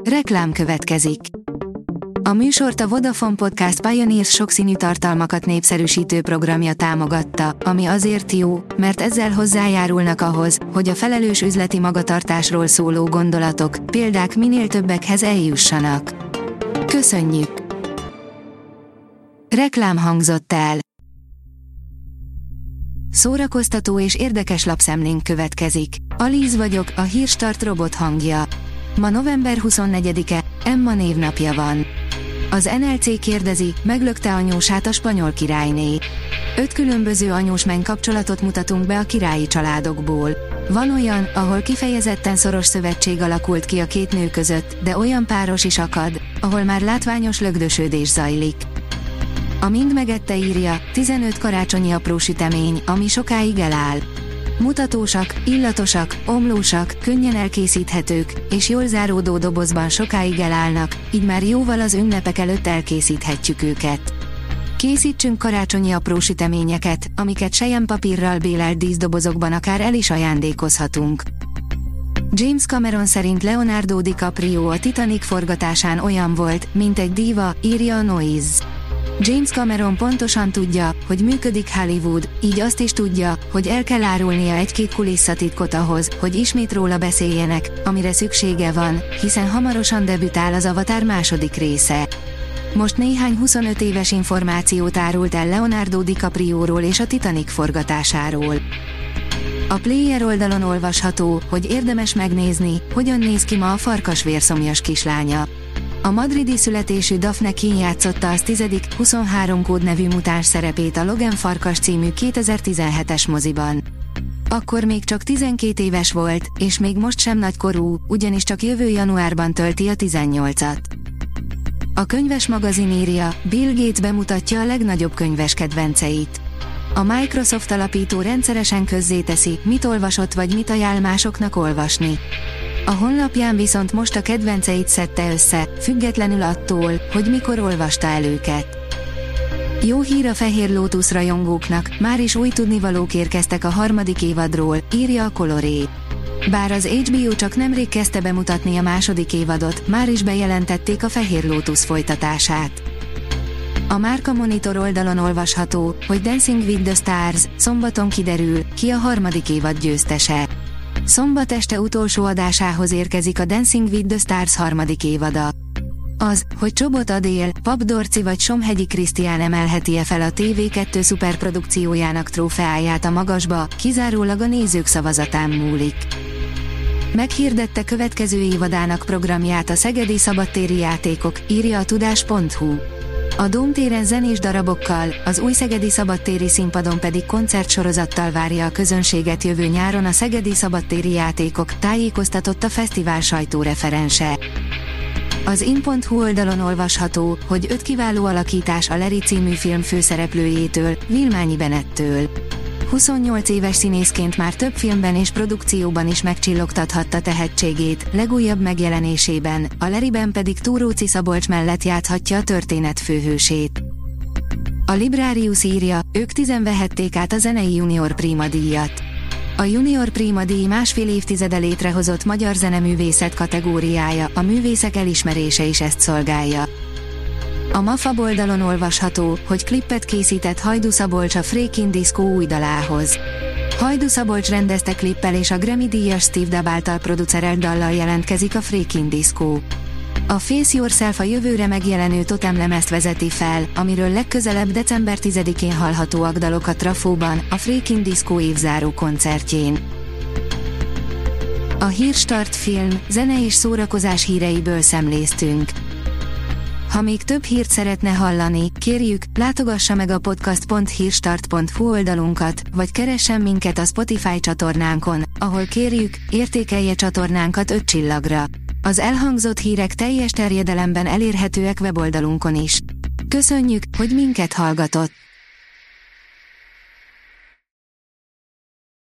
Reklám következik. A műsort a Vodafone Podcast Pioneers sokszínű tartalmakat népszerűsítő programja támogatta, ami azért jó, mert ezzel hozzájárulnak ahhoz, hogy a felelős üzleti magatartásról szóló gondolatok, példák minél többekhez eljussanak. Köszönjük! Reklám hangzott el. Szórakoztató és érdekes lapszemlénk következik. Alíz vagyok, a Hírstart robot hangja. Ma november 24-e, Emma névnapja van. Az NLC kérdezi, meglökte anyósát a spanyol királyné. 5 különböző anyós-menny kapcsolatot mutatunk be a királyi családokból. Van olyan, ahol kifejezetten szoros szövetség alakult ki a két nő között, de olyan páros is akad, ahol már látványos lögdösödés zajlik. A Mind megette írja, 15 karácsonyi apró sütemény, ami sokáig eláll. Mutatósak, illatosak, omlósak, könnyen elkészíthetők, és jól záródó dobozban sokáig elállnak, így már jóval az ünnepek előtt elkészíthetjük őket. Készítsünk karácsonyi apró süteményeket, amiket selyempapírral bélelt díszdobozokban akár el is ajándékozhatunk. James Cameron szerint Leonardo DiCaprio a Titanic forgatásán olyan volt, mint egy díva, írja a Noise. James Cameron pontosan tudja, hogy működik Hollywood, így azt is tudja, hogy el kell árulnia egy-két kulisszatitkot ahhoz, hogy ismét róla beszéljenek, amire szüksége van, hiszen hamarosan debütál az Avatar második része. Most néhány 25 éves információt árult el Leonardo DiCaprióról és a Titanic forgatásáról. A Player oldalon olvasható, hogy érdemes megnézni, hogyan néz ki ma a farkasvérszomjas kislánya. A madridi születésű Daphne Keane játszotta az 10.23 kód nevű mutáns szerepét a Logan Farkas című 2017-es moziban. Akkor még csak 12 éves volt, és még most sem nagykorú, ugyanis csak jövő januárban tölti a 18-at. A könyves magazin írja, Bill Gates bemutatja a legnagyobb könyves kedvenceit. A Microsoft alapító rendszeresen közzéteszi, mit olvasott vagy mit ajánl másoknak olvasni. A honlapján viszont most a kedvenceit szedte össze, függetlenül attól, hogy mikor olvasta el őket. Jó hír a Fehér Lótusz rajongóknak, már is új tudnivalók érkeztek a harmadik évadról, írja a Coloré. Bár az HBO csak nemrég kezdte bemutatni a második évadot, már is bejelentették a Fehér Lótusz folytatását. A Márka Monitor oldalon olvasható, hogy Dancing with the Stars, szombaton kiderül, ki a harmadik évad győztese. Szombat este utolsó adásához érkezik a Dancing with the Stars harmadik évada. Az, hogy Csobot Adél, Pap Dorci vagy Somhegyi Krisztián emelheti-e fel a TV2 szuperprodukciójának trófeáját a magasba, kizárólag a nézők szavazatán múlik. Meghirdette következő évadának programját a Szegedi Szabadtéri Játékok, írja a tudás.hu. A Dóm téren zenés darabokkal, az új Szegedi Szabadtéri Színpadon pedig koncertsorozattal várja a közönséget jövő nyáron a Szegedi Szabadtéri Játékok, tájékoztatott a fesztivál sajtóreferense. Az in.hu oldalon olvasható, hogy 5 kiváló alakítás a Larry című film főszereplőjétől, Vilmányi Benettől. 28 éves színészként már több filmben és produkcióban is megcsillogtathatta tehetségét, legújabb megjelenésében, a Larryben pedig Túróczi Szabolcs mellett játszhatja a történet főhősét. A Librarius írja, ők 10 vehették át a zenei Junior Prima díjat. A Junior Prima díj másfél évtizede létrehozott magyar zeneművészet kategóriája, a művészek elismerése is ezt szolgálja. A Mafab oldalon olvasható, hogy klippet készített Hajdú Szabolcs a Freakin' Disco új dalához. Hajdú Szabolcs rendezte klippel és a Grammy-díjas Steve Dub által producerelt dallal jelentkezik a Freakin' Disco. A Face Yourself a jövőre megjelenő totemlemezt vezeti fel, amiről legközelebb december 10-én hallhatóak dalok a Trafóban, a Freakin' Disco évzáró koncertjén. A Hírstart film, zene és szórakozás híreiből szemléztünk. Ha még több hírt szeretne hallani, kérjük, látogassa meg a podcast.hírstart.hu oldalunkat, vagy keressen minket a Spotify csatornánkon, ahol kérjük, értékelje csatornánkat 5 csillagra. Az elhangzott hírek teljes terjedelemben elérhetőek weboldalunkon is. Köszönjük, hogy minket hallgatott!